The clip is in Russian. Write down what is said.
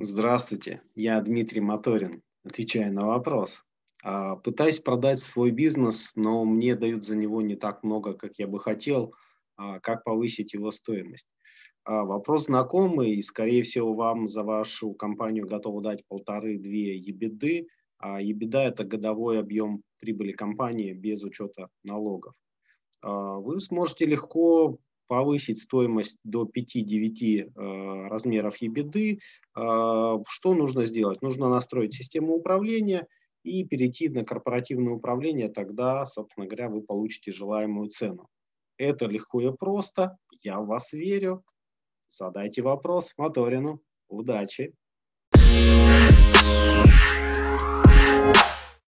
Здравствуйте, я Дмитрий Моторин. Отвечаю на вопрос. Пытаюсь продать свой бизнес, но мне дают за него не так много, как я бы хотел. Как повысить его стоимость? Вопрос знакомый, и, скорее всего, вам за вашу компанию готовы дать полторы-две ебиды. Ебида – это годовой объем прибыли компании без учета налогов. Вы сможете легко повысить стоимость до 5-9 размеров ебиды. Что нужно сделать? Нужно настроить систему управления и перейти на корпоративное управление. Тогда, собственно говоря, вы получите желаемую цену. Это легко и просто. Я в вас верю. Задайте вопрос Моторину. Удачи!